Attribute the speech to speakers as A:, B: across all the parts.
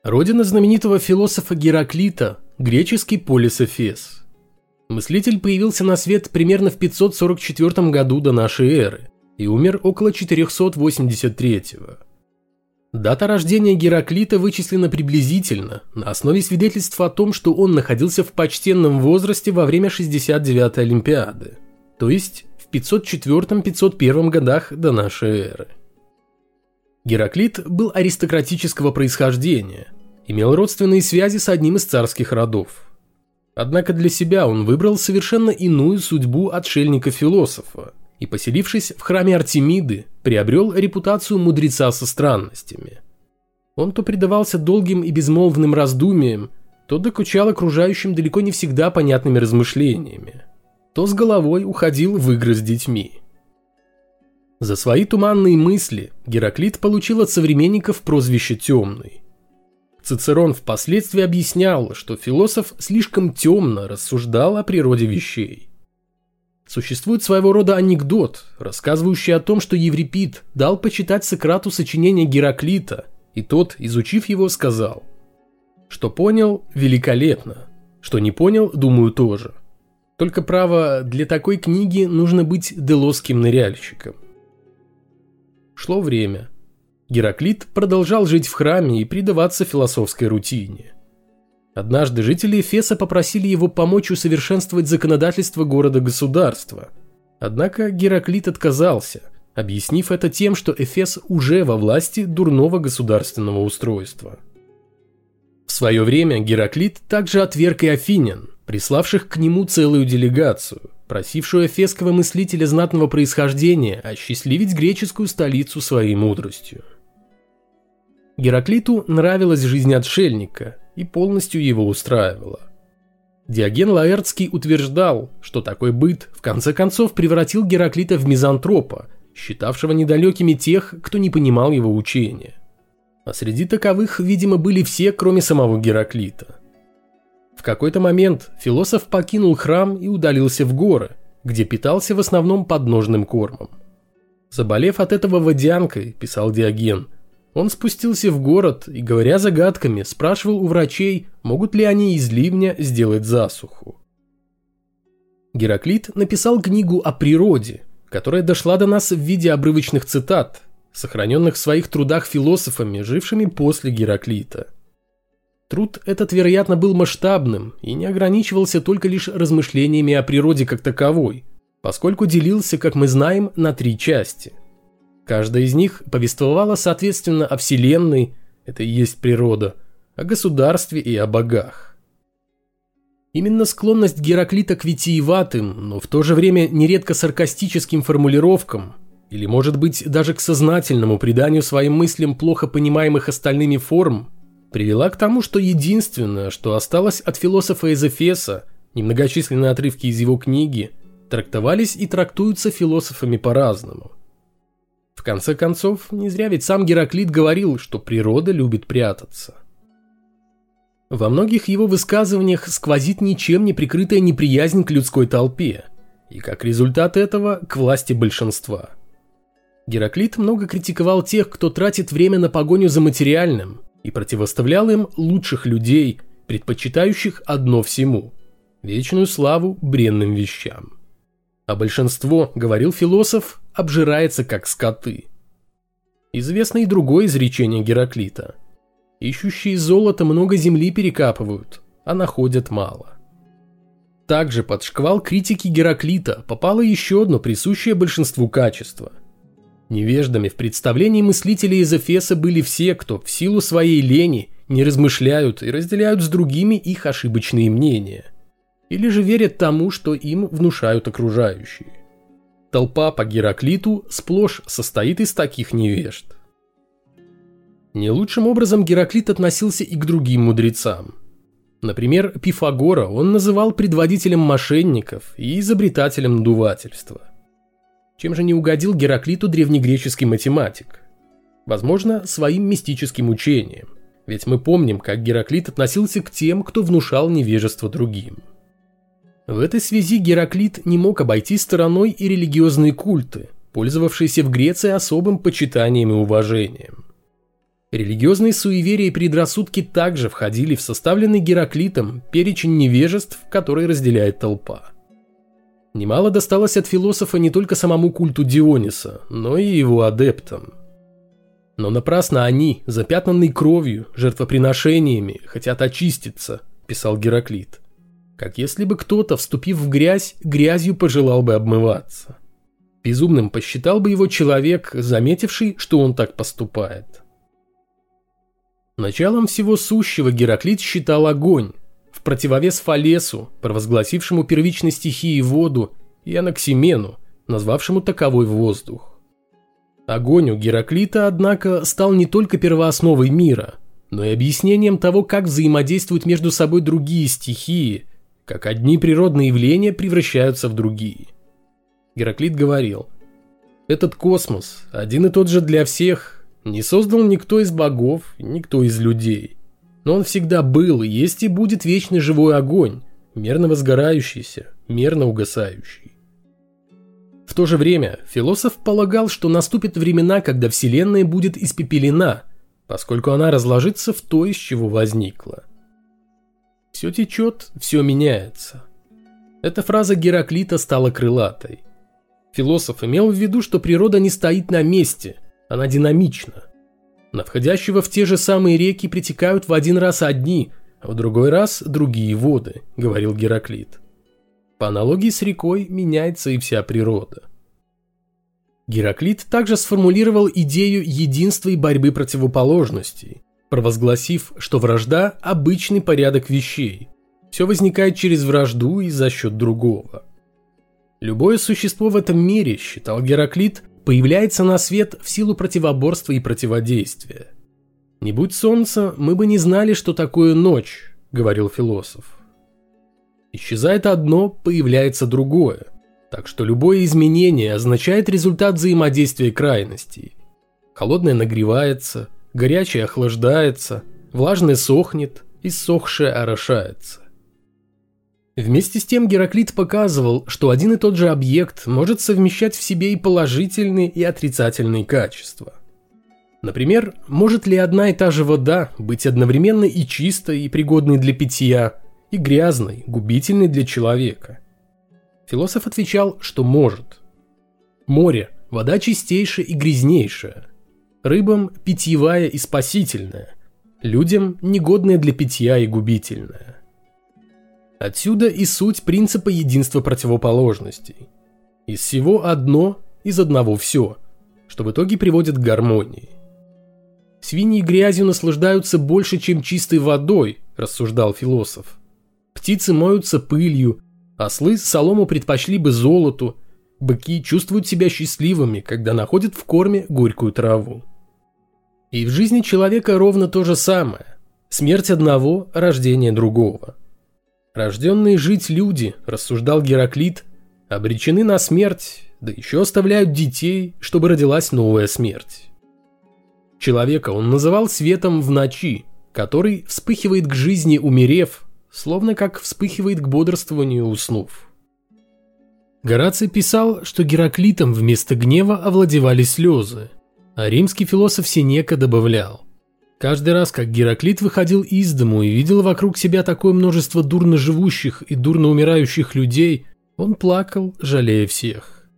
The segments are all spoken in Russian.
A: Родина знаменитого философа Гераклита – греческий полис Эфес. Мыслитель появился на свет примерно в 544 году до нашей эры и умер около 483-го. Дата рождения Гераклита вычислена приблизительно на основе свидетельств о том, что он находился в почтенном возрасте во время 69-й Олимпиады, то есть в 504-501 годах до нашей эры. Гераклит был аристократического происхождения, имел родственные связи с одним из царских родов. Однако для себя он выбрал совершенно иную судьбу отшельника-философа и, поселившись в храме Артемиды, приобрел репутацию мудреца со странностями. Он то предавался долгим и безмолвным раздумиям, то докучал окружающим далеко не всегда понятными размышлениями, то с головой уходил в игры с детьми. За свои туманные мысли Гераклит получил от современников прозвище «темный». Цицерон впоследствии объяснял, что философ слишком темно рассуждал о природе вещей. Существует своего рода анекдот, рассказывающий о том, что Еврипид дал почитать Сократу сочинение Гераклита, и тот, изучив его, сказал: «Что понял – великолепно, что не понял – думаю, тоже. Только, право, для такой книги нужно быть делосским ныряльщиком». Шло время. Гераклит продолжал жить в храме и предаваться философской рутине. Однажды жители Эфеса попросили его помочь усовершенствовать законодательство города-государства. Однако Гераклит отказался, объяснив это тем, что Эфес уже во власти дурного государственного устройства. В свое время Гераклит также отверг и афинян, приславших к нему целую делегацию, просившую эфесского мыслителя знатного происхождения осчастливить греческую столицу своей мудростью. Гераклиту нравилась жизнь отшельника и полностью его устраивала. Диоген Лаэртский утверждал, что такой быт в конце концов превратил Гераклита в мизантропа, считавшего недалекими тех, кто не понимал его учения. А среди таковых, видимо, были все, кроме самого Гераклита. В какой-то момент философ покинул храм и удалился в горы, где питался в основном подножным кормом. Заболев от этого водянкой, писал Диоген, он спустился в город и, говоря загадками, спрашивал у врачей, могут ли они из ливня сделать засуху. Гераклит написал книгу о природе, которая дошла до нас в виде обрывочных цитат, сохраненных в своих трудах философами, жившими после Гераклита. Труд этот, вероятно, был масштабным и не ограничивался только лишь размышлениями о природе как таковой, поскольку делился, как мы знаем, на 3 части. Каждая из них повествовала, соответственно, о Вселенной, это и есть природа, о государстве и о богах. Именно склонность Гераклита к витиеватым, но в то же время нередко саркастическим формулировкам, или, может быть, даже к сознательному приданию своим мыслям плохо понимаемых остальными форм, привела к тому, что единственное, что осталось от философа из Эфеса, немногочисленные отрывки из его книги, трактовались и трактуются философами по-разному. В конце концов, не зря ведь сам Гераклит говорил, что природа любит прятаться. Во многих его высказываниях сквозит ничем не прикрытая неприязнь к людской толпе, и как результат этого к власти большинства. Гераклит много критиковал тех, кто тратит время на погоню за материальным, и противоставлял им лучших людей, предпочитающих одно всему – вечную славу бренным вещам. А большинство, говорил философ, обжирается как скоты. Известно и другое изречение Гераклита. Ищущие золото много земли перекапывают, а находят мало. Также под шквал критики Гераклита попало еще одно присущее большинству качество. Невеждами в представлении мыслителей из Эфеса были все, кто в силу своей лени не размышляют и разделяют с другими их ошибочные мнения, или же верят тому, что им внушают окружающие. Толпа по Гераклиту сплошь состоит из таких невежд. Не лучшим образом Гераклит относился и к другим мудрецам. Например, Пифагора он называл предводителем мошенников и изобретателем надувательства. Чем же не угодил Гераклиту древнегреческий математик? Возможно, своим мистическим учением, ведь мы помним, как Гераклит относился к тем, кто внушал невежество другим. В этой связи Гераклит не мог обойти стороной и религиозные культы, пользовавшиеся в Греции особым почитанием и уважением. Религиозные суеверия и предрассудки также входили в составленный Гераклитом перечень невежеств, который разделяет толпа. Немало досталось от философа не только самому культу Диониса, но и его адептам. Но напрасно они, запятнанные кровью, жертвоприношениями, хотят очиститься, писал Гераклит. Как если бы кто-то, вступив в грязь, грязью пожелал бы обмываться. Безумным посчитал бы его человек, заметивший, что он так поступает. Началом всего сущего Гераклит считал огонь, в противовес Фалесу, провозгласившему первичной стихией воду, и Анаксимену, назвавшему таковой воздух. Огонь у Гераклита, однако, стал не только первоосновой мира, но и объяснением того, как взаимодействуют между собой другие стихии, как одни природные явления превращаются в другие. Гераклит говорил: «Этот космос один и тот же для всех, не создал никто из богов, никто из людей. Но он всегда был, есть и будет вечный живой огонь, мерно возгорающийся, мерно угасающий». В то же время философ полагал, что наступят времена, когда Вселенная будет испепелена, поскольку она разложится в то, из чего возникла. Все течет, все меняется. Эта фраза Гераклита стала крылатой. Философ имел в виду, что природа не стоит на месте, она динамична. На входящего в те же самые реки притекают в один раз одни, а в другой раз другие воды, говорил Гераклит. По аналогии с рекой меняется и вся природа. Гераклит также сформулировал идею единства и борьбы противоположностей, провозгласив, что вражда – обычный порядок вещей. Все возникает через вражду и за счет другого. Любое существо в этом мире, считал Гераклит, появляется на свет в силу противоборства и противодействия. «Не будь солнца, мы бы не знали, что такое ночь», — говорил философ. Исчезает одно, появляется другое, так что любое изменение означает результат взаимодействия крайностей. Холодное нагревается, горячее охлаждается, влажное сохнет, иссохшее орошается. Вместе с тем Гераклит показывал, что один и тот же объект может совмещать в себе и положительные, и отрицательные качества. Например, может ли одна и та же вода быть одновременно и чистой, и пригодной для питья, и грязной, губительной для человека? Философ отвечал, что может. Море – вода чистейшая и грязнейшая. Рыбам – питьевая и спасительная. Людям – негодная для питья и губительная. Отсюда и суть принципа единства противоположностей. Из всего одно, из одного все, что в итоге приводит к гармонии. Свиньи грязью наслаждаются больше, чем чистой водой, рассуждал философ. Птицы моются пылью, ослы солому предпочли бы золоту, быки чувствуют себя счастливыми, когда находят в корме горькую траву. И в жизни человека ровно то же самое. Смерть одного, рождение другого. Рожденные жить люди, рассуждал Гераклит, обречены на смерть, да еще оставляют детей, чтобы родилась новая смерть. Человека он называл светом в ночи, который вспыхивает к жизни, умерев, словно как вспыхивает к бодрствованию, уснув. Гораций писал, что Гераклитом вместо гнева овладевали слезы, а римский философ Сенека добавлял: каждый раз, как Гераклит выходил из дому и видел вокруг себя такое множество дурно живущих и дурно умирающих людей, он плакал, жалея всех.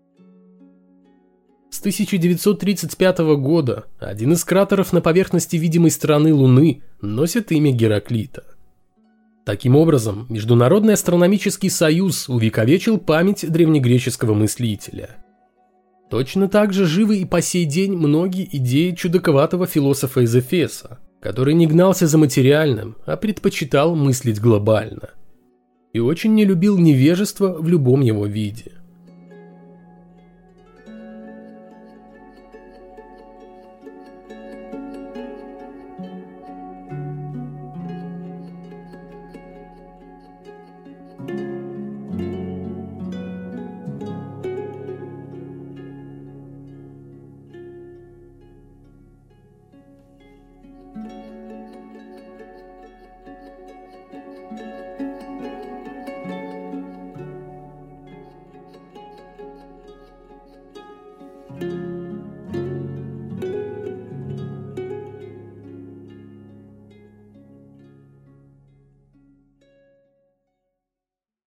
A: С 1935 года один из кратеров на поверхности видимой стороны Луны носит имя Гераклита. Таким образом, Международный астрономический союз увековечил память древнегреческого мыслителя. Точно так же живы и по сей день многие идеи чудаковатого философа из Эфеса, который не гнался за материальным, а предпочитал мыслить глобально. И очень не любил невежество в любом его виде.